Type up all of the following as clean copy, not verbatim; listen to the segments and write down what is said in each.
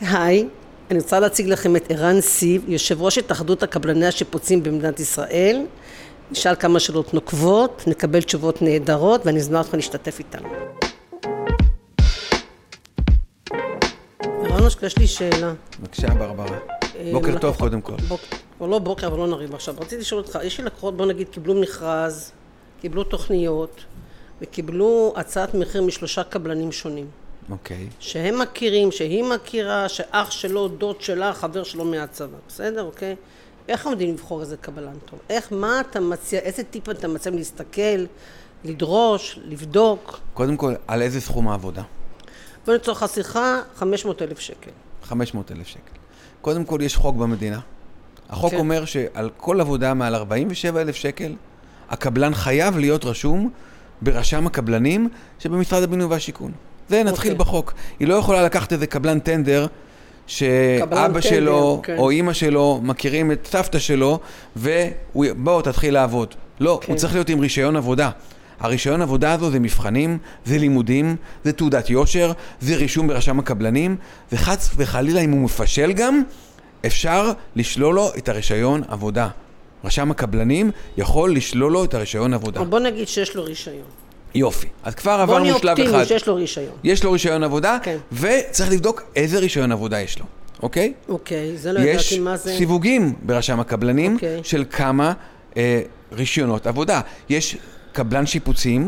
היי, אני רוצה להציג לכם את ערן סיב, יושב ראש התאחדות הקבלני השיפוצים במדינת ישראל. נשאל כמה שאלות נוקבות, נקבל תשובות נהדרות, ואני אזמין אותך להשתתף איתנו. ערן, יש לי שאלה. בבקשה, ברברה. בוקר טוב קודם כל. לא בוקר, אבל לא נריב עכשיו. רציתי לשאול אותך, יש לי לקוחות, בוא נגיד, קיבלו מכרז, קיבלו תוכניות, וקיבלו הצעת מחיר משלושה קבלנים שונים. אוקיי. שהם מכירים, שהיא מכירה, שאח שלו, דוד שלה, חבר שלו מהצבא. בסדר, אוקיי? איך עומדים לבחור איזה קבלן טוב? מה אתה מציע, איזה טיפ אתה מציע להסתכל, לדרוש, לבדוק? קודם כל, על איזה סכום העבודה? בוא נצורך השיחה, 500,000 שקל. 500,000 שקל. קודם כל, יש חוק במדינה. החוק אומר שעל כל עבודה מעל 47,000 שקל, הקבלן חייב להיות רשום ברשם הקבלנים שבמשרד הבינוי והשיכון. זה נתחיל בחוק. היא לא יכולה לקחת איזה קבלן טנדר שאבא שלו או אמא שלו מכירים את סבתא שלו ובואו תתחיל לעבוד. לא, הוא צריך להיות עם רישיון עבודה. הרישיון עבודה הזו זה מבחנים, זה לימודים, זה תעודת יושר, זה רישום ברשם הקבלנים, וחץ וחלילה אם הוא מפשל גם, אפשר לשלול לו את הרישיון עבודה. רשם הקבלנים יכול לשלול לו את הרישיון עבודה. בוא נגיד שיש לו רישיון. יופי. אז כבר עברנו שלב אחד. בוא נהיה אופטימי שיש לו רישיון. יש לו רישיון עבודה, וצריך לבדוק איזה רישיון עבודה יש לו. אוקיי? אוקיי, זה לא ידעתי מה זה. יש סיווגים ברשם הקבלנים של כמה רישיונות עבודה. יש קבלן שיפוצים,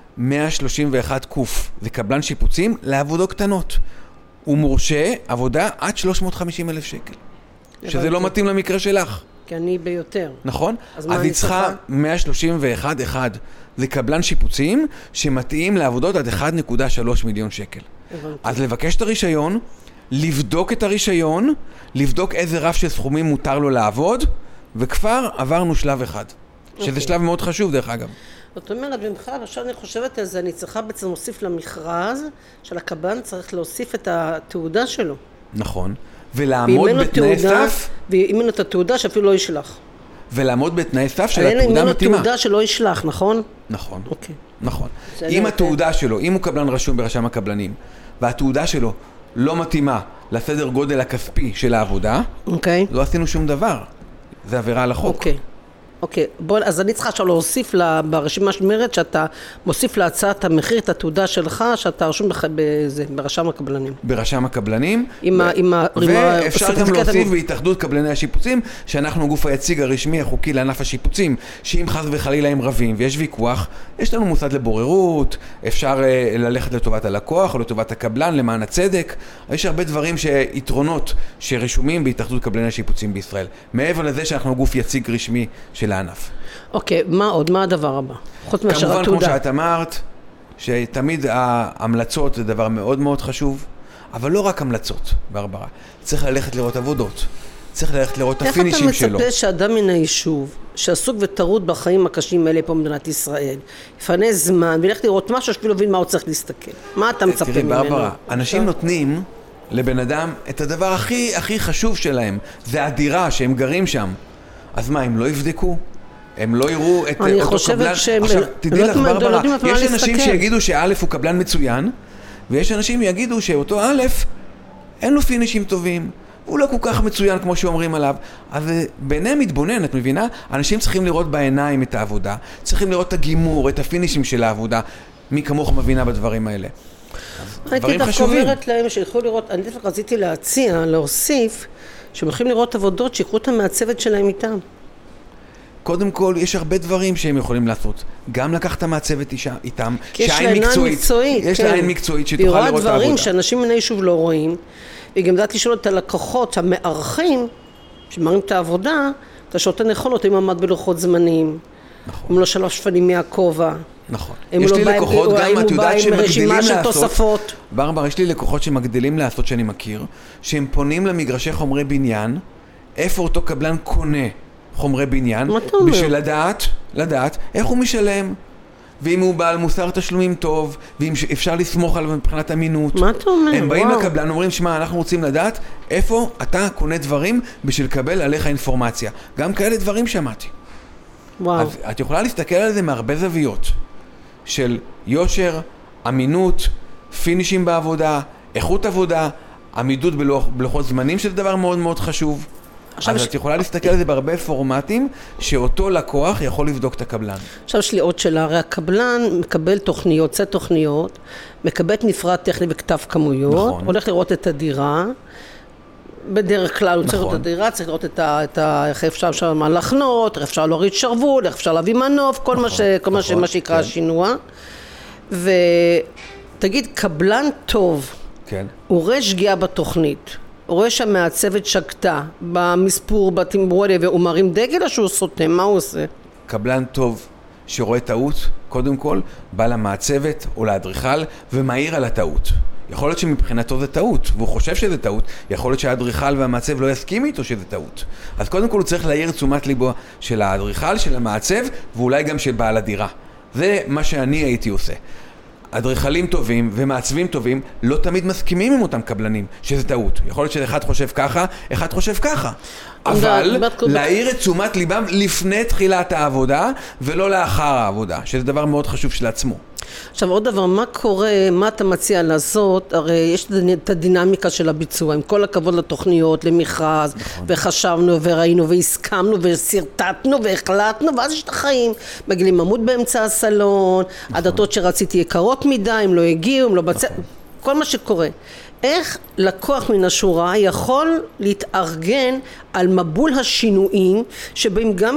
131 קוף. זה קבלן שיפוצים לעבודות קטנות. הוא מורשה עבודה עד 350,000 שקל. שזה לא מתאים למקרה שלך. כי אני ביותר. נכון? אז היא צריכה 131 זה קבלן שיפוצים שמתאים לעבודות עד 1.3 מיליון שקל. אז לבקש את הרישיון, לבדוק את הרישיון, לבדוק איזה רף של סכומים מותר לו לעבוד, וכבר עברנו שלב אחד. שזה שלב מאוד חשוב דרך אגב. זאת אומרת, במחר, עכשיו אני חושבת על זה, אני צריכה בעצם להוסיף למכרז של הקבלן, צריך להוסיף את התעודה שלו. נכון. ולעמוד בתנאי סף. ואם אין לו את התעודה שאפילו לא ישלח. ולעמוד בתנאי סף של התעודה מתאימה. אין לו תעודה שלא ישלח, נכון? נכון. אוקיי. נכון. אם התעודה שלו, אם הוא קבלן רשום ברשם הקבלנים, והתעודה שלו לא מתאימה לסדר גודל הכספי של העבודה, לא עשינו שום דבר. זה עבירה על החוק. אוקיי. אוקיי, אז אני צריכה עכשיו להוסיף ברשימה שמרת שאתה מוסיף להצעת המחיר את התעודה שלך שאתה רשום ברשם הקבלנים. ברשם הקבלנים. ואפשר גם להוסיף בהתאחדות קבלני השיפוצים שאנחנו הגוף היציג הרשמי החוקי לענף השיפוצים, שאם חס וחלילה הם רבים ויש ויכוח, יש לנו מוסד לבוררות, אפשר ללכת לטובת הלקוח או לטובת הקבלן למען הצדק. יש הרבה דברים שיתרונות שרשומים בהתאחדות קבלני השיפוצים בישראל. מעבר לזה שאנחנו גוף יציג רשמי של הענף. אוקיי, מה עוד? מה הדבר הבא? חוץ מאשר התעודה. כמובן, כמו שאת אמרת, שתמיד ההמלצות זה דבר מאוד מאוד חשוב, אבל לא רק המלצות, ברברה. צריך ללכת לראות עבודות. צריך ללכת לראות את הפינישים שלו. איך אתה מצפה שאדם מן היישוב, שעסוק וטרוד בחיים הקשים האלה פה במדינת ישראל, יפנה זמן וילך לראות משהו שביל להבין מה הוא צריך להסתכל? מה אתה מצפה ממנו? תראי, ברברה, אנשים נותנים לבן אדם את הדבר הכי חשוב שלהם. זה הדירה שהם גרים שם. אז מה, הם לא יבדקו? הם לא יראו את אותו קבלן? אני חושבת שהם... עכשיו, תדעי לך, ברברה, יש אנשים שיגידו שא' הוא קבלן מצוין, ויש אנשים שיגידו שאותו א', אין לו פינישים טובים, הוא לא כל כך מצוין כמו שאומרים עליו. אז ביניהם מתבונן, את מבינה? אנשים צריכים לראות בעיניים את העבודה, צריכים לראות את הגימור, את הפינישים של העבודה. מי כמוך מבינה בדברים האלה? דברים חשובים. אני אומרת להם שילכו לראות, אני רציתי להוסיף, שהם יכולים לראות עבודות שיקחו את המעצבת שלהם איתם. קודם כל, יש הרבה דברים שהם יכולים לעשות. גם לקחת את המעצבת איתם, שעין מקצועית. יש לה עין מקצועית שתוכל לראות את העבודה. לראות דברים שאנשים מן היישוב לא רואים, וגם דעת לשאול את הלקוחות המארחים, שמראים את העבודה, אתה שואל נכון אותו אם עמד בלוחות זמנים, אם לא שלוש שפנים מהכובע. נכון. יש לי לקוחות גם, את יודעת, שמגדילים לעשות. ברבר, יש לי לקוחות שמגדילים לעשות שאני מכיר, שהם פונים למגרשי חומרי בניין, איפה אותו קבלן קונה חומרי בניין, בשביל לדעת איך הוא משלם, ואם הוא בעל מוסר תשלומים טוב, ואם אפשר לסמוך עליו מבחינת אמינות. מה אתה אומר? הם באים לקבלן, אומרים, שמע, אנחנו רוצים לדעת איפה אתה קונה דברים בשביל לקבל עליך אינפורמציה. גם כאלה דברים שמעתי. אז את יכולה להסתכל על זה מהרבה זוויות. של יושר, אמינות, פינישים בעבודה, איכות עבודה, עמידות בלוחות זמנים, שזה דבר מאוד מאוד חשוב. אז את יכולה להסתכל על זה בהרבה פורמטים, שאותו לקוח יכול לבדוק את הקבלן. עכשיו יש לי עוד שאלה, הרי הקבלן מקבל תוכניות, עושה תוכניות, מקבל מפרט טכני וכתב כמויות, נכון. הולך לראות את הדירה, בדרך כלל הוא צריך לראות את הדירה, צריך לראות איך אפשר שם לחנות, איך אפשר להוריד שרוול, איך אפשר להביא מנוף, כל מה שיקרא השינוע. ותגיד, קבלן טוב, הוא רואה שגיאה בתוכנית, הוא רואה שהמעצבת שקטה במספור, בתמרור, והוא מרים דגל או שהוא סותם, מה הוא עושה? קבלן טוב שרואה טעות, קודם כל, בא למעצבת או לאדריכל ומעיר על הטעות. יכול להיות שמבחינתו זה טעות, והוא חושב שזה טעות, יכול להיות שהאדריכל והמעצב לא יסכים איתו שזה טעות. אז קודם כל הוא צריך להעיר תשומת ליבו של האדריכל, של המעצב, ואולי גם של בעל הדירה. זה מה שאני הייתי עושה. אדריכלים טובים ומעצבים טובים לא תמיד מסכימים עם אותם קבלנים, שזה טעות. יכול להיות שאחד חושב ככה, אחד חושב ככה. אבל להעיר את תשומת ליבם לפני תחילת העבודה, ולא לאחר העבודה, שזה דבר מאוד חשוב של עצמו. עכשיו עוד דבר, מה קורה, מה אתה מציע לעשות? הרי יש את הדינמיקה של הביצוע, עם כל הכבוד לתוכניות, למכרז, וחשבנו וראינו והסכמנו וסרטטנו והחלטנו, ואז יש את החיים. מגיעים עמוד באמצע הסלון, הדתות שרציתי יקרות מדי, הם לא הגיעו, הם לא בצע... כל מה שקורה. איך לקוח מן השורה יכול להתארגן על מבול השינויים שבאים גם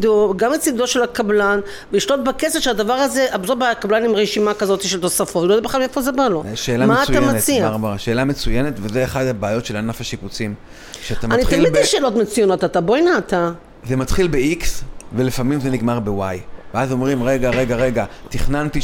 מצידו של הקבלן, ולשלוט בכסף שהדבר הזה, הבזור בקבלן עם רשימה כזאת של תוספות, הוא לא יודע בכלל מאיפה זה בא לו. מה אתה מציע? ברברה, שאלה מצוינת, וזה אחד הבעיות של ענף השיפוצים. אני תמיד יש שאלות מצוינות, בואי נעתה. זה מתחיל ב-X ולפעמים זה נגמר ב-Y. ואז אומרים, רגע, תכננתי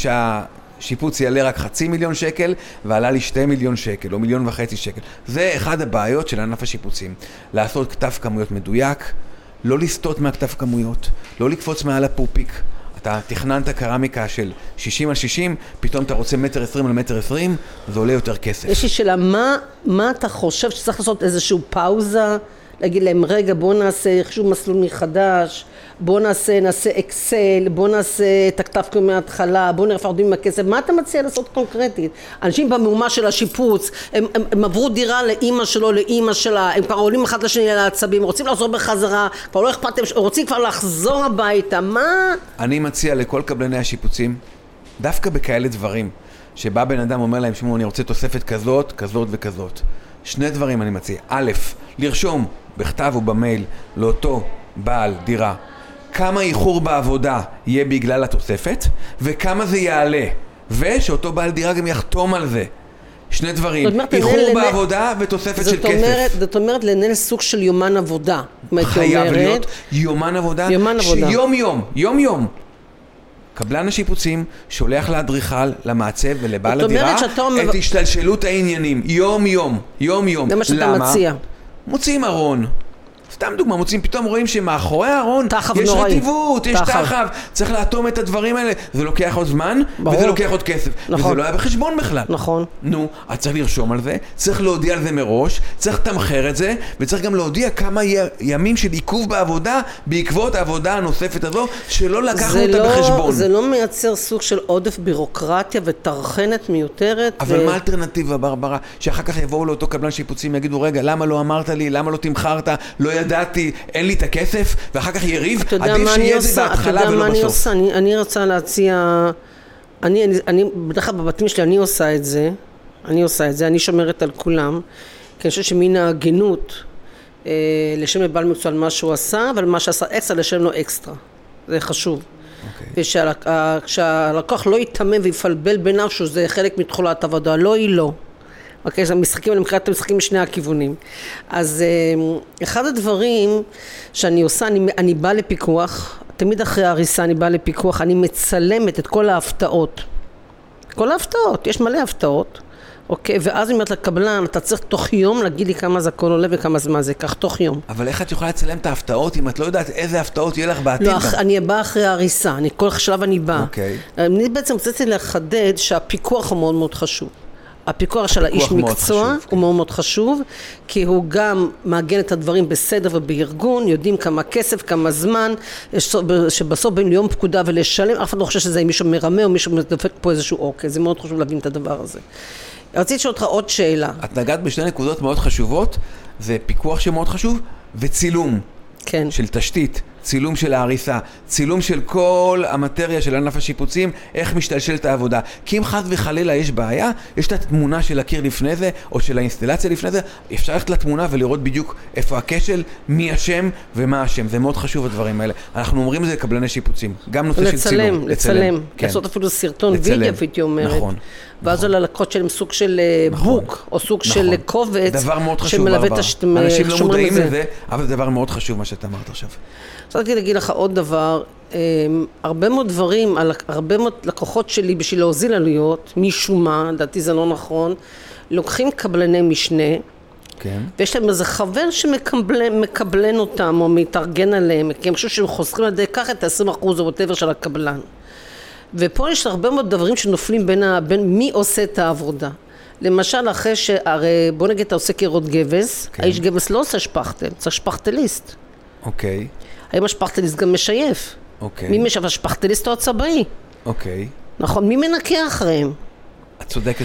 שיפוץ יעלה רק 500,000 שקל, ועלה לי 2 מיליון שקל, או 1.5 מיליון שקל. זה אחד הבעיות של ענף השיפוצים. לעשות כתב כמויות מדויק, לא לסטות מהכתב כמויות, לא לקפוץ מעל הפופיק. אתה תכננת קרמיקה של 60 על 60, פתאום אתה רוצה 1.20 על 1.20, זה עולה יותר כסף. יש לי שאלה, מה אתה חושב שצריך לעשות איזשהו פאוזה? להגיד להם, רגע, בוא נעשה איכשהו מסלול מחדש, בוא נעשה אקסל, בוא נעשה את הכתב מההתחלה, בוא נראה עובדים עם הכסף. מה אתה מציע לעשות קונקרטית? אנשים במהומה של השיפוץ, הם עברו דירה לאמא שלו, לאמא שלה, הם כבר עולים אחד לשני על העצבים, רוצים לחזור בחזרה, כבר לא אכפת, רוצים כבר לחזור הביתה, מה? אני מציע לכל קבלני השיפוצים, דווקא בכאלה דברים, שבא בן אדם אומר להם, שמעו, אני רוצה תוספת כזאת, כזאת וכזאת. שני דברים אני מציע. א', לרשום בכתב או במייל לאותו בעל דירה כמה איחור בעבודה יהיה בגלל התוספת וכמה זה יעלה, ושאותו בעל דירה גם יחתום על זה. שני דברים, איחור בעבודה ותוספת של כסף. זאת אומרת לנהל סוג של יומן עבודה. חייב להיות יומן עבודה שיום קבלן השיפוצים שולח לאדריכל, למעצב ולבעל הדירה את השתלשלות העניינים יום. זה מה שאתה מציע. מוצאים ארון, סתם דוגמה, מוצאים, פתאום רואים שמאחורי הארון יש רטיבות, יש תחב, צריך לאטום את הדברים האלה, זה לוקח עוד זמן, וזה לוקח עוד כסף, וזה לא היה בחשבון בכלל. נכון. נו, אז צריך לרשום על זה, צריך להודיע על זה מראש, צריך לתמחר את זה, וצריך גם להודיע כמה ימים של עיכוב בעבודה, בעקבות העבודה הנוספת הזו, שלא לקחנו אותה בחשבון. זה לא מייצר סוג של עודף בירוקרטיה ותרחנת מיותרת. אבל מה האלטרנטיבה, ברברה? שאחר כך יבואו לאותו קבלן שיפוצים, יגידו, רגע, למה לא אמרת לי, למה לא תמחרת, לא ידעתי, אין לי את הכסף, ואחר כך יריב, עדיף שיהיה זה בהתחלה ולא בסוף. אני רוצה להציע, בדרך כלל בבתים שלי אני עושה את זה, אני שומרת על כולם, כי אני חושבת שמן ההגינות, לשם לבעל מקצוע על מה שהוא עשה, אבל מה שעשה אקסטרה, לשם לו אקסטרה. זה חשוב. ושהלקוח לא יתאמן ויפלבל ביניו שזה חלק מתחולת עבודה, לא היא לא. אוקיי, המשחקים, אני מכירת המשחקים משני הכיוונים. אז אחד הדברים שאני עושה, אני באה לפיקוח, תמיד אחרי ההריסה אני באה לפיקוח, אני מצלמת את כל ההפתעות. כל ההפתעות, יש מלא הפתעות. אוקיי, ואז אני אומרת לקבלן, אתה צריך תוך יום להגיד לי כמה זה הכל עולה וכמה זמן זה, כך תוך יום. אבל איך את יכולה לצלם את ההפתעות אם את לא יודעת איזה הפתעות יהיה לך בעתיד? לא, אני באה אחרי ההריסה, כל שלב אני באה. אוקיי. אני בעצם רציתי לחדד שהפיקוח הוא מאוד מאוד חשוב. הפיקוח של האיש מקצוע הוא מאוד מאוד חשוב, כי הוא גם מעגן את הדברים בסדר ובארגון, יודעים כמה כסף, כמה זמן, שבסוף באים ליום פקודה ולשלם, אף אחד לא חושב שזה מישהו מרמה או מישהו מדפק פה איזשהו אוקיי, זה מאוד חשוב להבין את הדבר הזה. רציתי לשאול אותך עוד שאלה. את נגעת בשתי נקודות מאוד חשובות, זה פיקוח שמאוד חשוב, וצילום. כן. של תשתית, צילום של ההריסה, צילום של כל המטריה של ענף השיפוצים, איך משתלשלת העבודה. כי אם חס וחלילה יש בעיה, יש את התמונה של הקיר לפני זה, או של האינסטלציה לפני זה, אפשר ללכת לתמונה ולראות בדיוק איפה הכשל, מי אשם ומה אשם. זה מאוד חשוב הדברים האלה. אנחנו אומרים זה לקבלני שיפוצים. גם נושא של צילום. לצלם. לעשות אפילו סרטון וידאו, הייתי אומרת. נכון. ואז על הלקות שלהם סוג של בוק, או סוג של קובץ, דבר מאוד חשוב, ברבר. אנשים לא מודעים לזה, אבל זה דבר מאוד חשוב מה שאתה אמרת עכשיו. רציתי להגיד לך עוד דבר, הרבה מאוד דברים, הרבה מאוד לקוחות שלי בשביל להוזיל עלויות, משום מה, לדעתי זה לא נכון, לוקחים קבלני משנה, כן. ויש להם איזה חבר שמקבלן אותם, או מתארגן עליהם, כי הם חושבים שהם חוסכים על ידי כך את ה-20% או whatever של הקבלן. ופה יש הרבה מאוד דברים שנופלים בין מי עושה את העבודה. למשל, אחרי שהרי בוא נגיד אתה עושה קירות גבס, כן. האיש גבס לא עושה שפכטל, צריך שפכטליסט. אוקיי. האם השפכטליסט גם משייף? אוקיי. מי משייף? השפכטליסט או הצבאי? אוקיי. נכון, מי מנקה אחריהם? את צודקת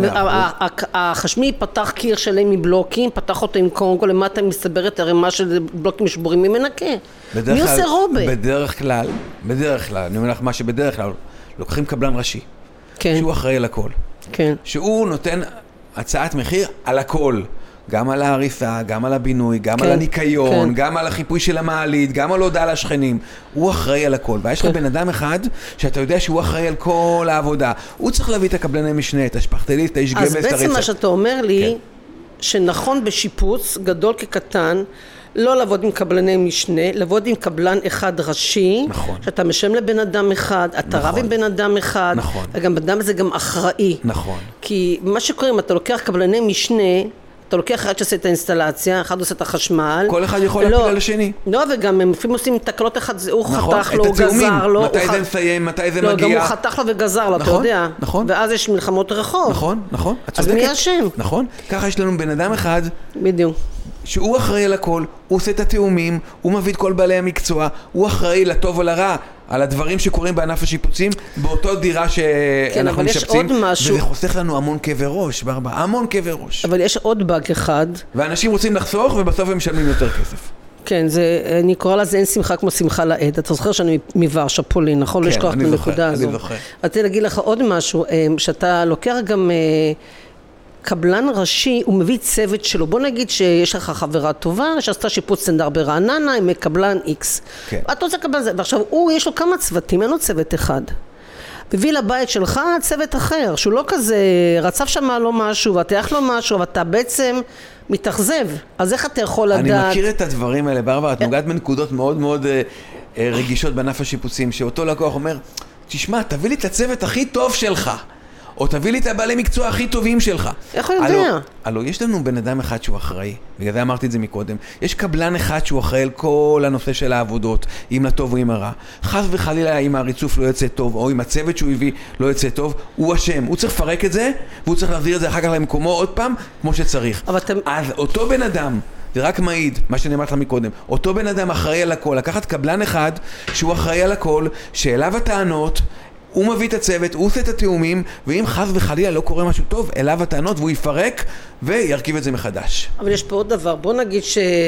החשמי פתח קיר שלם מבלוקים, פתח אותו עם קונגו, למטה מסתברת הרמה של בלוקים שבורים, מי מנקה? מי עושה רובה? בדרך כלל, אני אומר לך מה שבדרך כלל, לוקחים קבלן ראשי, כן. שהוא אחראי על הכל. כן. שהוא נותן הצעת מחיר על הכל. גם על ההריסה, גם על הבינוי, גם על הניקיון, גם על החיפוי של המעלית, גם על הודעה לשכנים. הוא אחראי על הכל. ויש לך בן אדם אחד שאתה יודע שהוא אחראי על כל העבודה. הוא צריך להביא את הקבלני משנה, את השפכטליסט, את האיש גבס, את הרצף. אז בעצם מה שאתה אומר לי, שנכון בשיפוץ, גדול כקטן, לא לעבוד עם קבלני משנה, לעבוד עם קבלן אחד ראשי, נכון. שאתה משלם לבן אדם אחד, אתה רב עם בן אדם אחד, נכון. וגם בן אדם הזה גם אחראי. נכון. כי מה שקורה, אם אתה לוקח קבלני משנה, אתה לוקח אחד שעושה את האינסטלציה, אחד עושה את החשמל. כל אחד יכול להפיל על השני. לא, וגם הם לפעמים עושים תקלות אחד, הוא נכון, חתך לו, הוא גזר לו. מתי זה מסיים, מתי זה לא, מגיע. גם הוא חתך לו וגזר לו, אתה יודע. נכון. ואז יש מלחמות רחוב. נכון, נכון. אז מי אשם? נכון. ככה יש לנו בן אדם אחד. בדיוק. שהוא אחראי על הכל, הוא עושה את התאומים, הוא מביא את כל בעלי המקצוע, הוא אחראי לטוב או לרע, על הדברים שקורים בענף השיפוצים, באותו דירה שאנחנו משפצים, וזה חוסך לנו המון כאבי ראש, ברבה, המון כאבי ראש. אבל יש עוד באג אחד. ואנשים רוצים לחסוך, ובסוף הם משלמים יותר כסף. כן, אני קורא לזה אין שמחה כמו שמחה לעד. אתה זוכר שאני מוורשה, פולין, נכון? כן, לשכוח את הנקודה הזו. אני זוכר. רציתי להגיד לך עוד משהו, שאתה לוקח גם קבלן ראשי, הוא מביא צוות שלו. בוא נגיד שיש לך חברה טובה, שעשתה שיפוץ סטנדרט ברעננה, עם קבלן X. כן. אתה רוצה קבלן זה, ועכשיו יש לו כמה צוותים, אין לו צוות אחד. מביא לבית שלך צוות אחר, שהוא לא כזה, רצף שם לו משהו, ותח לו משהו, ואתה בעצם מתאכזב. אז איך אתה יכול לדעת? אני מכיר את הדברים האלה, ברבר, את נוגעת בנקודות מאוד מאוד רגישות בענף השיפוצים, שאותו לקוח אומר, תשמע, תביא לי את הצוות הכי טוב שלך. או תביא לי את הבעלי מקצוע הכי טובים שלך. איך הוא יודע? הלו, יש לנו בן אדם אחד שהוא אחראי, בגלל זה אמרתי את זה מקודם. יש קבלן אחד שהוא אחראי על כל הנושא של העבודות, אם לטוב או אם הרע. חס וחלילה, אם הריצוף לא יוצא טוב, או אם הצוות שהוא הביא לא יוצא טוב, הוא אשם. הוא צריך לפרק את זה, והוא צריך להחזיר את זה אחר כך למקומו עוד פעם, כמו שצריך. אז אותו בן אדם, זה רק מעיד, מה שאני אמרת לך מקודם, אותו בן אדם אחראי על הכל, לקחת קבלן אחד שהוא אחראי על הכל, שאליו הטענות, הוא מביא את הצוות, הוא עושה את התאומים, ואם חס וחלילה לא קורה משהו טוב, אליו הטענות, והוא יפרק וירכיב את זה מחדש. אבל יש פה עוד דבר, בוא נגיד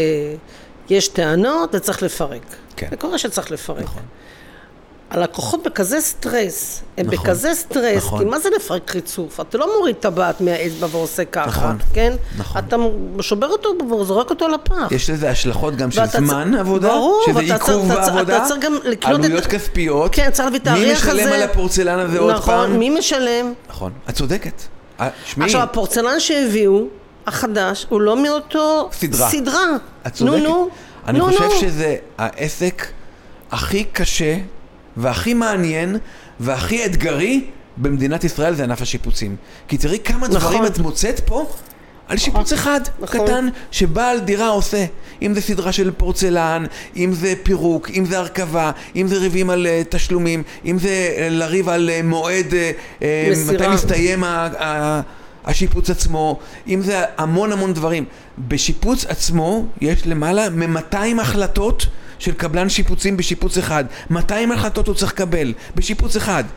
שיש טענות וצריך לפרק. כן. זה קורה שצריך לפרק. נכון. הלקוחות בכזה סטרס, הם נכון. בכזה סטרס, נכון. כי מה זה לפרק ריצוף? אתה לא מוריד טבעת מהאצבע ועושה ככה, נכון. כן? נכון. אתה שובר אותו וזורק אותו לפח. יש לזה השלכות גם של זמן עבודה, ברור, שזה עיכוב בעבודה, עלויות כספיות. כן, צריך להביא את האריח הזה. מי משלם על הפורצלן הזה עוד פעם? נכון, מי משלם? נכון, את צודקת. עכשיו, הפורצלן שהביאו, החדש, הוא לא מאותו סדרה. את צודקת. נו. אני חושב שזה העסק הכי קשה והכי מעניין והכי אתגרי במדינת ישראל, זה ענף השיפוצים. כי תראי כמה דברים את מוצאת פה על שיפוץ אחד קטן שבעל דירה עושה. אם זה סדרה של פורצלן, אם זה פירוק, אם זה הרכבה, אם זה ריבים על תשלומים, אם זה לריב על מועד, מתי מסתיים השיפוץ עצמו, אם זה המון דברים. בשיפוץ עצמו יש למעלה מ-200 החלטות של קבלן שיפוצים בשיפוץ אחד. 200 החלטות הוא צריך לקבל בשיפוץ אחד.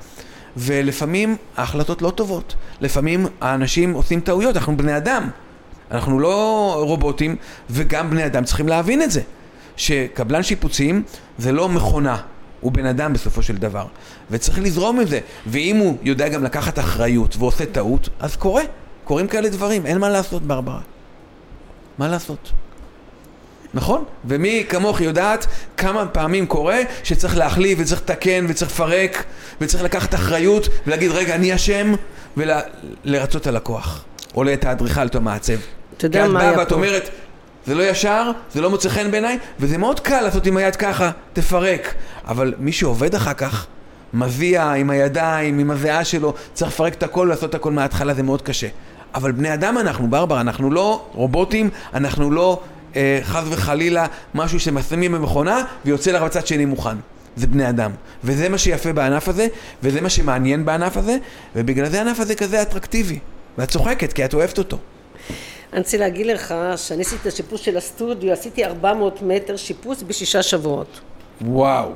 ולפעמים ההחלטות לא טובות. לפעמים האנשים עושים טעויות, אנחנו בני אדם. אנחנו לא רובוטים, וגם בני אדם צריכים להבין את זה. שקבלן שיפוצים זה לא מכונה, הוא בן אדם בסופו של דבר. וצריך לזרום עם זה. ואם הוא יודע גם לקחת אחריות ועושה טעות, אז קורים כאלה דברים. אין מה לעשות, ברברה. מה לעשות? נכון? ומי כמוך יודעת כמה פעמים קורה שצריך להחליף וצריך לתקן וצריך לפרק וצריך לקחת אחריות ולהגיד רגע אני אשם ולרצות הלקוח או את האדריכל או המעצב. אתה יודע מה היה פה? ואת אומרת זה לא ישר, זה לא מוצא חן בעיניי וזה מאוד קל לעשות עם היד ככה, תפרק. אבל מי שעובד אחר כך מביע עם הידיים, עם הזיעה שלו, צריך לפרק את הכל ולעשות את הכל מההתחלה, זה מאוד קשה. אבל בני אדם אנחנו, ברברה, אנחנו לא רובוטים, אנחנו לא חס וחלילה משהו שמסיימים במכונה ויוצא לך בצד שני מוכן. זה בני אדם. וזה מה שיפה בענף הזה, וזה מה שמעניין בענף הזה, ובגלל זה הענף הזה כזה אטרקטיבי. ואת צוחקת כי את אוהבת אותו. אני רוצה להגיד לך שאני עשיתי את השיפוץ של הסטודיו, עשיתי 400 מטר שיפוץ ב6 שבועות. וואו.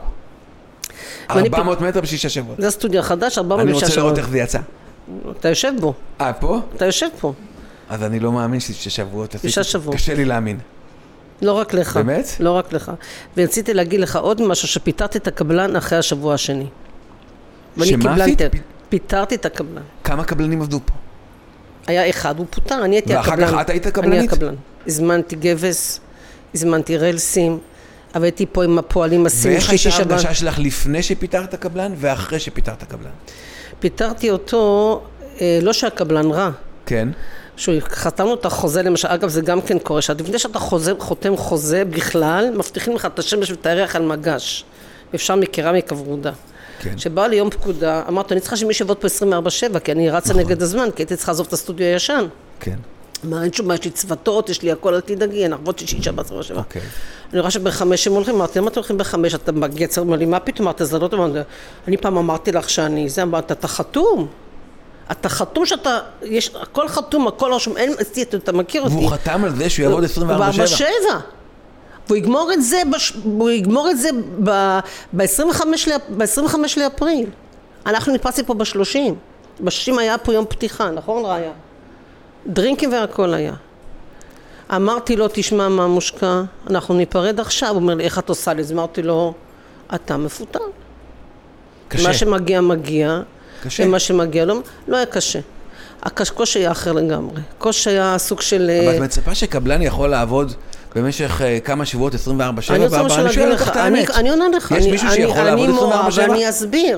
400 מטר ב6 שבועות. זה הסטודיו החדש, 400 אני ב6 שבועות. רוצה לראות איך זה יצא. אתה יושב בו. פה? אתה יושב פה. אז אני לא מאמין ש6 שבועות. 6 שבועות. קשה לי להאמין. לא רק לך. באמת? לא רק לך. ורציתי להגיד לך עוד משהו, שפיטרתי את הקבלן אחרי השבוע השני. שמה עשית? פיטרתי את הקבלן. כמה קבלנים עבדו פה? היה אחד, הוא פוטר, אני הייתי הקבלן. ואחר כך את היית הקבלנית? אני הקבלן. הזמנתי גבס, הזמנתי רלסים, עבדתי פה עם הפועלים עשינו שלישי שבת. ואיך הייתה ההרגשה שלך לפני שפיטרת הקבלן ואחרי שפיטרת הקבלן? פיטרתי אותו, לא שהקבלן רע. כן. חתמנו את החוזה למשל, אגב זה גם כן קורה, לפני שאתה חותם חוזה בכלל, מבטיחים לך את השמש ואת הירח על מגש, אפשר מקרמיקה ורודה. כן. שבא לי יום פקודה, אמרת, אני צריכה שמי שעבוד פה 24/7, כי אני רצה נגד הזמן, כי הייתי צריכה לעזוב את הסטודיו הישן. כן. מה, אין שום, יש לי צוותות, יש לי הכל, אל תדאגי, אנחנו עבוד 6 שבת 7. אוקיי. אני רואה שב5 הם הולכים, אמרתי, למה אתם הולכים ב5? אתה מגיע, אומר לי, מה פתאום? אמרת, זה לא טוב, אני פעם אמרתי לך שאני, זה אמרת, אתה חתום. אתה חתום שאתה, יש, הכל חתום, הכל רשום, אין, אתה מכיר אותי. והוא חתם על זה שהוא יעבוד 24/7. והוא יגמור את זה ב-25 לאפריל. אנחנו נתפסתי פה ב-30. ב-60 היה פה יום פתיחה, נכון ראיה? דרינקים והכל היה. אמרתי לו, תשמע מה מושקע, אנחנו ניפרד עכשיו. הוא אומר לי, איך את עושה לי? אז אמרתי לו, אתה מפוטר. קשה. מה שמגיע מגיע. קשה. מה שמגיע לו, לא היה קשה. הקושי היה אחר לגמרי. קושי היה סוג של... אבל את מצפה שקבלן יכול לעבוד במשך כמה שבועות 24/7? אני רוצה משהו להגיד לך, אני עונה לך. יש מישהו שיכול לעבוד 24/7? ואני אסביר.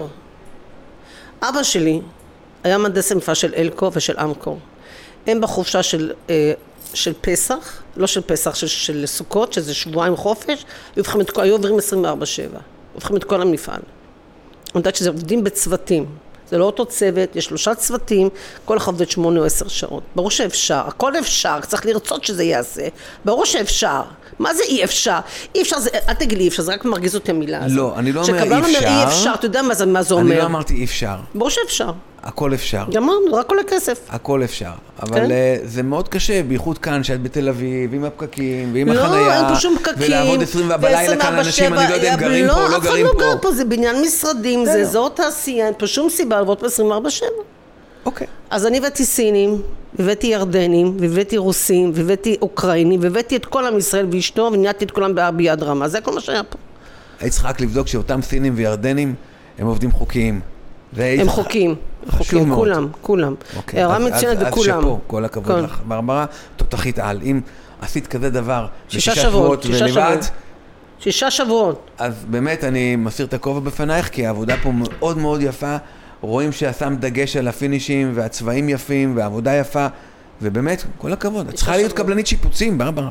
אבא שלי היה מהנדס המפעל של אלקו ושל אמקור. הם בחופשה של פסח, לא של פסח, של סוכות, שזה שבועיים חופש, היו עוברים 24/7. הופכים את כל המפעל. אני יודעת שזה עובדים בצוותים. זה לא אותו צוות, יש 3 צוותים, כל אחד עובד 8 או 10 שעות. ברור שאפשר, הכל אפשר, צריך לרצות שזה יעשה. ברור שאפשר. מה זה אי אפשר? אי אפשר, אל תגיד לי אי אפשר, זה רק מרגיז אותי המילה הזאת. לא, אני לא אומר אי אפשר. שקבלן אומר אי אפשר, אתה יודע מה זה אומר. אני לא אמרתי אי אפשר. ברור שאפשר. הכל אפשר. גמרנו, רק עולה כסף. הכל אפשר. אבל זה מאוד קשה, בייחוד כאן, שאת בתל אביב, עם הפקקים, ועם החנייה. לא, אין פה שום פקקים. ולעבוד 20 בלילה כאן אנשים, אני לא יודע אם גרים פה או לא גרים פה. לא, אף אחד לא גר פה, זה בניין משרדים, זה אזור תעשייה, אין פה שום סיבה לעבוד פה 24/7. אוקיי. אז אני הבאתי סינים, הבאתי ירדנים, והבאתי רוסים, והבאתי אוקראינים, והבאתי את כל עם ישראל ואשתו, וניהלתי את כולם ביד רמה. זה כל מה שהיה פה. היית צריך רק לבדוק שאותם סינים וירדנים הם עובדים חוקיים. הם חוקים, כולם. הערה מצוינת בכולם. אז שפה, כל הכבוד לך. ברברה, תותחית על. אם עשית כזה דבר, 6 שבועות ולבד, 6 שבועות. אז באמת אני מסיר את הכובע בפנייך, כי העבודה פה מאוד מאוד יפה. רואים ששם דגש על הפינישים, והצבעים יפים, והעבודה יפה, ובאמת, כל הכבוד. את צריכה להיות קבלנית שיפוצים, ברברה.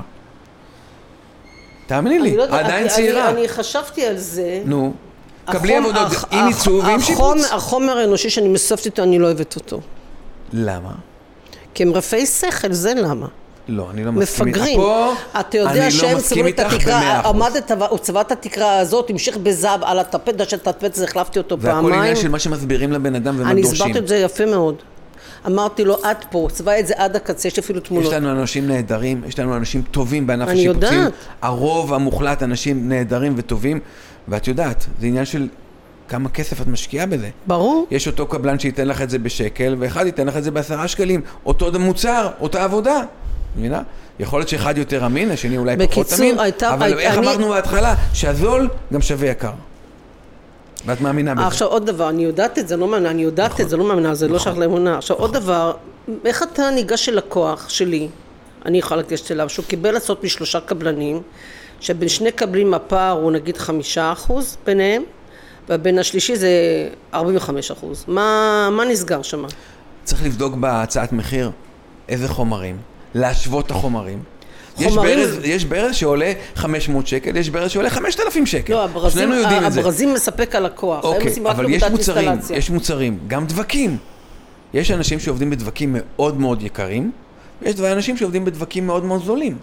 תאמיני לי, עדיין צעירה. אני חשבתי על זה. נו. קבלי עבודות עם עיצוב ועם שיפוץ. החומר האנושי שאני מספת איתו, אני לא אוהבת אותו. למה? כי הם רפאי שכל, זה למה. לא, אני לא מסכים איתך. מפגרים. אתה יודע שהם צברו את התקרה, הוא צבע את התקרה הזאת, המשיך בזהב על הטפט, דשת הטפט, זה החלפתי אותו פעמיים. והכל עניין של מה שמסבירים לבן אדם ומה אני דורשים. הסברתי את זה יפה מאוד. אמרתי לו, עד פה, צבע את זה עד הקצה, יש אפילו תמונות. יש לנו אנשים נהדרים, יש לנו אנשים טובים בענף השיפוצים. הרוב המוחלט אנשים נהדרים וטובים, ואת יודעת, זה עניין של כמה כסף את משקיעה בזה. ברור. יש אותו קבלן שייתן לך את זה בשקל, ואחד ייתן לך את זה ב10 שקלים. אותו מוצר, אותה עבודה. מבינה? יכול להיות שאחד יותר אמין, השני אולי פחות אמין, אבל איך אמרנו בהתחלה, שהזול גם שווה יקר. ואת מאמינה בזה. עכשיו עוד דבר, אני יודעת את זה, לא מאמינה, אני יודעת את זה, לא מאמינה, זה לא שייך לאמונה. עכשיו עוד דבר, איך אתה ניגש של לקוח שלי, אני יכולה לגשת אליו, שהוא קיבל לעשות מ3 קבלנים, שבין 2 קבלים הפער הוא נגיד 5% ביניהם, ובין השלישי זה 45%. מה נסגר שם? צריך לבדוק בהצעת מחיר איזה חומרים, להשוות את החומרים. יש ברז שעולה 500 שקל, יש ברז שעולה 5,000 שקל. לא, הברזים מספק הלקוח. אוקיי, אבל יש מוצרים, גם דבקים. יש אנשים שעובדים בדבקים מאוד מאוד יקרים, ויש אנשים שעובדים בדבקים מאוד מאוד זולים.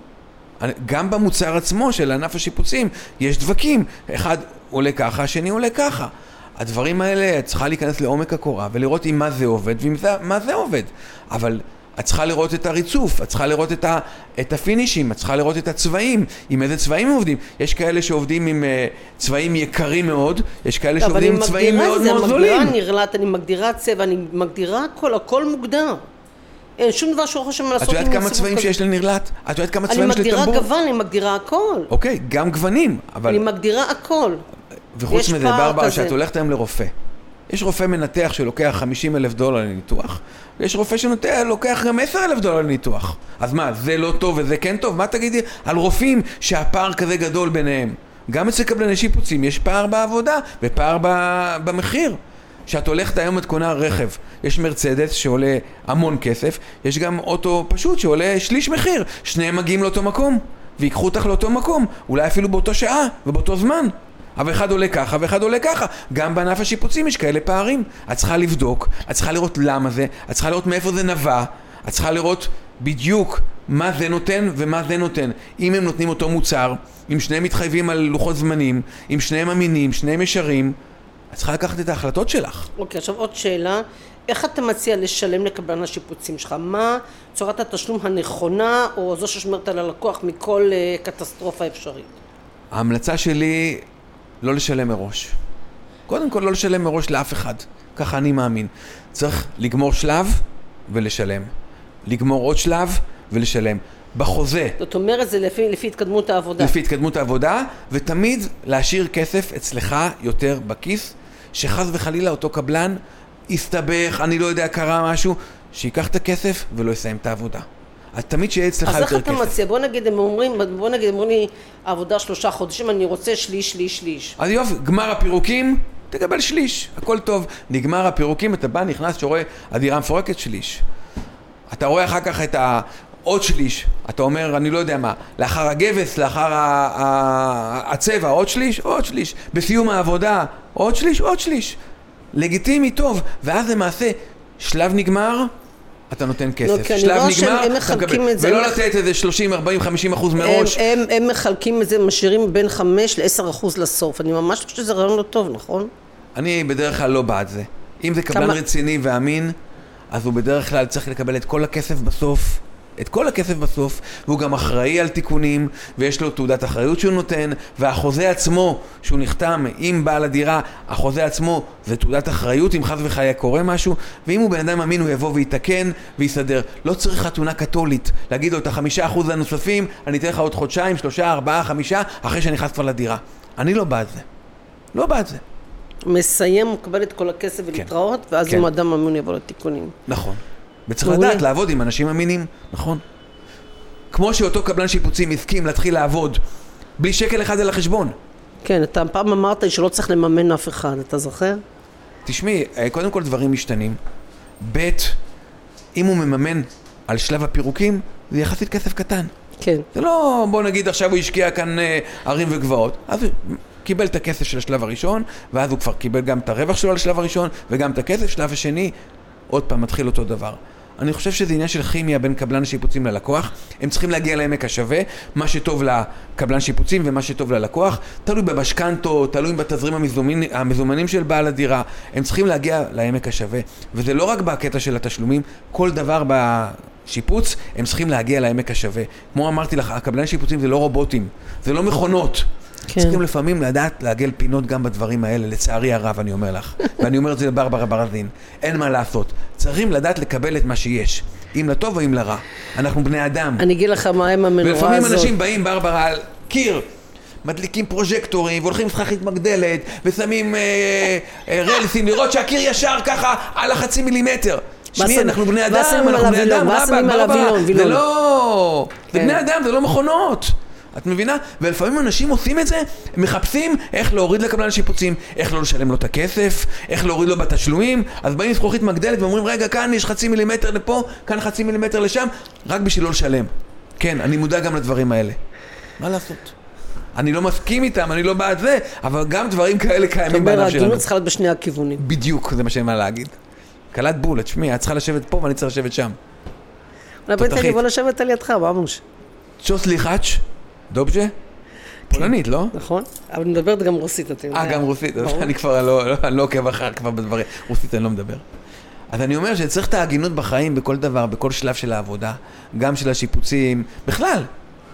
גם במוצר עצמו של ענף השיפוצים יש דבקים. אחד עולה ככה, השני עולה ככה. הדברים האלה צריכה להיכנס לעומק הקורה ולראות עם מה זה עובד ומה זה עובד. אבל את צריכה לראות את הריצוף, את צריכה לראות את הפינישים, את צריכה לראות את הצבעים, עם איזה צבעים הם עובדים. יש כאלה שעובדים עם צבעים יקרים מאוד, יש כאלה שעובדים עם צבעים מאוד מאוד זולים. אני מגדירה נרלט, אני מגדירה צבע, אני מגדירה הכל מוגדר. אין שום דבר שהוא חושב מה לעשות. את יודעת כמה צבעים שיש לנרלט? את יודעת כמה צבעים יש לטמבור? אני מגדירה גוון, אני מגדירה הכל. אוקיי, גם גוונים, אבל... אני מגדירה הכל. וחוץ מזה, ברברה, שאת הולכת היום לרופא. יש רופא מנתח שלוקח $50,000 לניתוח, ויש רופא שלוקח גם $10,000 לניתוח. אז מה, זה לא טוב וזה כן טוב? מה תגידי על רופאים שהפער כזה גדול ביניהם? גם אצל קבלני שיפוצים יש פער בעבודה ופער במחיר. שאת הולכת היום את קונה רכב, יש מרצדס שעולה המון כסף, יש גם אוטו פשוט שעולה שליש מחיר, שניהם מגיעים לאותו מקום, ויקחו אותך לאותו מקום, אולי אפילו באותו שעה ובאותו זמן. אבל אחד עולה ככה ואחד עולה ככה. גם בענף השיפוצים יש כאלה פערים. את צריכה לבדוק, את צריכה לראות למה זה, את צריכה לראות מאיפה זה נבע, את צריכה לראות בדיוק מה זה נותן ומה זה נותן. אם הם נותנים אותו מוצר, אם שניהם מתחייבים על לוחות זמנים, אם שניהם אמינים, שניהם ישרים, את צריכה לקחת את ההחלטות שלך. אוקיי, עכשיו עוד שאלה. איך אתה מציע לשלם לקבלן השיפוצים שלך? מה צורת התשלום הנכונה, או זו ששמרת על הלקוח מכל קטסטרופה אפשרית? ההמלצה שלי לא לשלם מראש. קודם כל לא לשלם מראש לאף אחד. ככה אני מאמין. צריך לגמור שלב ולשלם. לגמור עוד שלב ולשלם. בחוזה. זאת אומרת, זה לפי התקדמות העבודה. לפי התקדמות העבודה, ותמיד להשאיר כסף אצלך יותר בכיס, שחז וחלילה אותו קבלן יסתבך, אני לא יודע, קרה משהו, שיקח את הכסף ולא יסיים את העבודה. אז תמיד שיהיה אצלך יותר כסף. אז איך אתה מציע? בוא נגיד, הם אומרים לי, העבודה 3 חודשים, אני רוצה שליש. אז יופי, גמר הפירוקים, תקבל שליש, הכל טוב. נגמר הפירוקים, אתה בא, נכנס, שרואה, הדירה מפורקת שליש. אתה רואה אחר כך את עוד שליש, אתה אומר, אני לא יודע מה, לאחר הגבס, לאחר הצבע, עוד שליש, בסיום העבודה, עוד שליש. לגיטימי, טוב, ואז למעשה, שלב נגמר, אתה נותן כסף. שלב נגמר, אתה מקבל. ולא לתת איזה 30, 40, 50% מראש. הם מחלקים את זה, משאירים בין 5 ל-10% לסוף. אני ממש חושב שזה רעיון לא טוב, נכון? אני בדרך כלל לא בעד זה. אם זה קבלן רציני ואמין, אז הוא בדרך כלל צריך לקבל את כל הכסף בסוף. והוא גם אחראי על תיקונים, ויש לו תעודת אחריות שהוא נותן, והחוזה עצמו שהוא נחתם עם בעל הדירה, החוזה עצמו זה תעודת אחריות אם חס וחלילה קורה משהו, ואם הוא בן אדם אמין הוא יבוא ויתקן ויסדר. לא צריך חתונה קתולית להגיד לו את 5% הנוספים, אני אתן לך עוד חודשיים, 3, 4, 5 אחרי שנכנס כבר לדירה. אני לא בעד זה. מסיים, מקבל את כל הכסף ולהתראות, ואז אם אדם אמין יבוא לתיקונים. נכון. וצריך לדעת לעבוד עם אנשים אמינים, נכון? כמו שאותו קבלן שיפוצים הסכים להתחיל לעבוד בלי שקל אחד על החשבון. כן, אתה פעם אמרת שלא צריך לממן אף אחד, אתה זוכר? תשמעי, קודם כל דברים משתנים. ב' אם הוא מממן על שלב הפירוקים, זה יחסית כסף קטן. כן. זה לא, בוא נגיד עכשיו הוא השקיע כאן ערים וגבעות. אז הוא קיבל את הכסף של השלב הראשון, ואז הוא כבר קיבל גם את הרווח שלו על השלב הראשון, וגם את הכסף שלב השני. עוד פעם מתחיל אותו דבר. אני חושב שזה עניין של כימיה בין קבלן שיפוצים ללקוח. הם צריכים להגיע לעמק השווה, מה שטוב לקבלן שיפוצים ומה שטוב ללקוח. תלוי במשכנתו, תלוי בתזרים המזומנים של בעל הדירה. הם צריכים להגיע לעמק השווה. וזה לא רק בקטע של התשלומים, כל דבר בשיפוץ, הם צריכים להגיע לעמק השווה. כמו אמרתי לך, הקבלן שיפוצים זה לא רובוטים, זה לא מכונות. צריכים לפעמים לדעת לעגל פינות גם בדברים האלה, לצערי הרב אני אומר לך, ואני אומר את זה לברברה ברזין, אין מה לעשות, צריכים לדעת לקבל את מה שיש, אם לטוב או אם לרע, אנחנו בני אדם. אני אגיד לך מה הם המנורה הזאת. ולפעמים אנשים באים ברברה על קיר, מדליקים פרוז'קטורים, והולכים זכוכית מגדלת, ושמים רלסים, לראות שהקיר ישר ככה על החצי מילימטר. שמי, אנחנו בני אדם, אנחנו בני אדם, זה לא, זה בני אדם, זה לא מכונות. את מבינה? ולפעמים אנשים עושים את זה, הם מחפשים איך להוריד לקבלן שיפוצים, איך לא לשלם לו את הכסף, איך להוריד לו בתשלומים, אז באים זכוכית מגדלת ואומרים, רגע, כאן יש חצי מילימטר לפה, כאן חצי מילימטר לשם, רק בשביל לא לשלם. כן, אני מודע גם לדברים האלה. מה לעשות? אני לא מסכים איתם, אני לא בעד זה, אבל גם דברים כאלה קיימים בענף שלנו. הגינות צריכה להיות בשני הכיוונים. בדיוק, זה מה שאני מה להגיד. קלת בול, תשמעי, את צריכה לשבת פה ואני צריך לשבת שם. בוא לשבת על ידך, ממש. צ'וס ליחאץ', דובג'ה? פולנית, לא? נכון, אבל אני מדברת גם רוסית, אתה יודע. גם רוסית, אני כבר לא עוקב אחר כבר בדברים. רוסית אני לא מדבר. אז אני אומר שצריך את ההגינות בחיים בכל דבר, בכל שלב של העבודה, גם של השיפוצים, בכלל.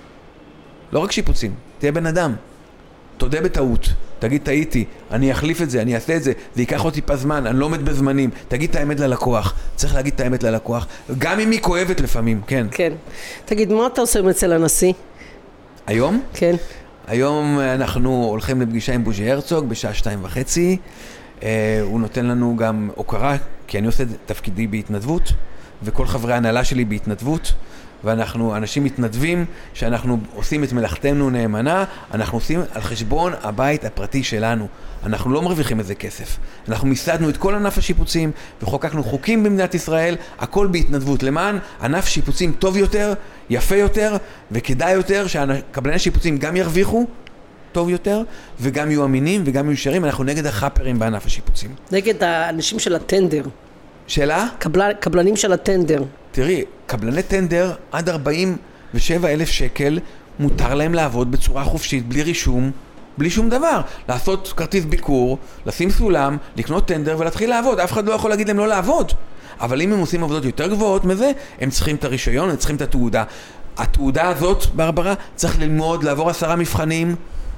לא רק שיפוצים, תהיה בן אדם. תודה בטעות, תגיד טעיתי, אני אחליף את זה, אני אעשה את זה, זה ייקח עוד טיפה זמן, אני לא עומד בזמנים, תגיד את האמת ללקוח, צריך להגיד את האמת ללקוח, גם אם היא כואבת לפעמים, כן. כן. תגיד, מה אתה עושה אצל הנשיא? היום? כן. היום אנחנו הולכים לפגישה עם בוז'י הרצוג בשעה 2:30, הוא נותן לנו גם הוקרה, כי אני עושה תפקידי בהתנדבות, וכל חברי ההנהלה שלי בהתנדבות, ואנחנו אנשים מתנדבים שאנחנו עושים את מלאכתנו נאמנה, אנחנו עושים על חשבון הבית הפרטי שלנו. אנחנו לא מרוויחים איזה כסף. אנחנו מיסדנו את כל ענף השיפוצים וחוקקנו חוקים במדינת ישראל, הכל בהתנדבות, למען ענף שיפוצים טוב יותר, יפה יותר וכדאי יותר, שקבלני שיפוצים גם ירוויחו טוב יותר וגם יהיו אמינים וגם יהיו ישרים. אנחנו נגד החאפרים בענף השיפוצים. נגד האנשים של הטנדר. שאלה? קבלנים של הטנדר. תראי, קבלני טנדר עד 47,000 שקל מותר להם לעבוד בצורה חופשית, בלי רישום, בלי שום דבר. לעשות כרטיס ביקור, לשים סולם, לקנות טנדר ולהתחיל לעבוד. אף אחד לא יכול להגיד להם לא לעבוד. אבל אם הם עושים עבודות יותר גבוהות מזה, הם צריכים את הרישיון, הם צריכים את התעודה. התעודה הזאת, ברברה, צריך ללמוד, לעבור 10 מבחנים.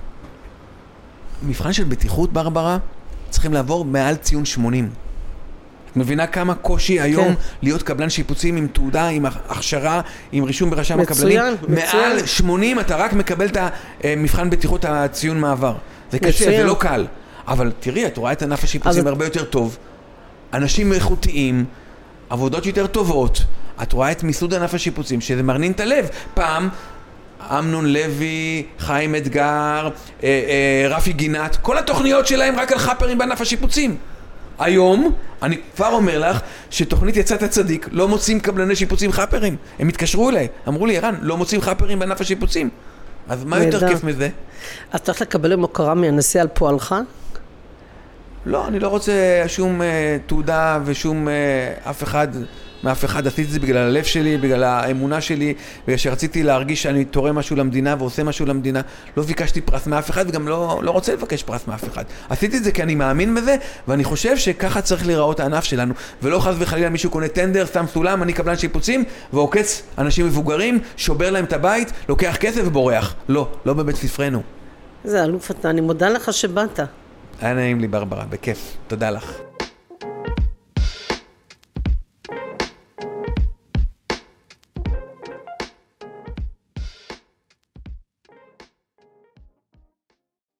מבחן של בטיחות, ברברה, צריכים לעבור מעל ציון 80. את מבינה כמה קושי היום להיות קבלן שיפוצים עם תעודה, עם הכשרה, עם רישום ברשם הקבלנים? מעל 80 אתה רק מקבל את המבחן בטיחות הציון מעבר. זה קשה, זה לא קל. אבל תראי, את רואה את ענף השיפוצים הרבה יותר טוב. אנשים איכותיים, עבודות יותר טובות. את רואה את מיסוד ענף השיפוצים, שזה מרנין את הלב. פעם, אמנון לוי, חיים אתגר, רפי גינת, כל התוכניות שלהם רק על חאפרים בענף השיפוצים. היום, אני כבר אומר לך, שתוכנית יצאת הצדיק לא מוצאים קבלני שיפוצים חאפרים. הם התקשרו אליי, אמרו לי, ערן, לא מוצאים חאפרים בענף השיפוצים. אז מה יותר כיף מזה? אז צריך לקבל הוקרה מהנשיא על פועלך? לא, אני לא רוצה שום תעודה ושום מאף אחד. עשיתי את זה בגלל הלב שלי, בגלל האמונה שלי, בגלל שרציתי להרגיש שאני תורם משהו למדינה ועושה משהו למדינה. לא ביקשתי פרס מאף אחד וגם לא רוצה לבקש פרס מאף אחד. עשיתי את זה כי אני מאמין בזה, ואני חושב שככה צריך להיראות הענף שלנו. ולא חס וחלילה מישהו קונה טנדר, שם סולם, אני קבלן שיפוצים, ועוקץ אנשים מבוגרים, שובר להם את הבית, לוקח כסף ובורח. לא בבית ספרנו. זה אלוף אתה, אני מודה לך שבאת. היה נעים לי ברברה, בכיף. תודה לך.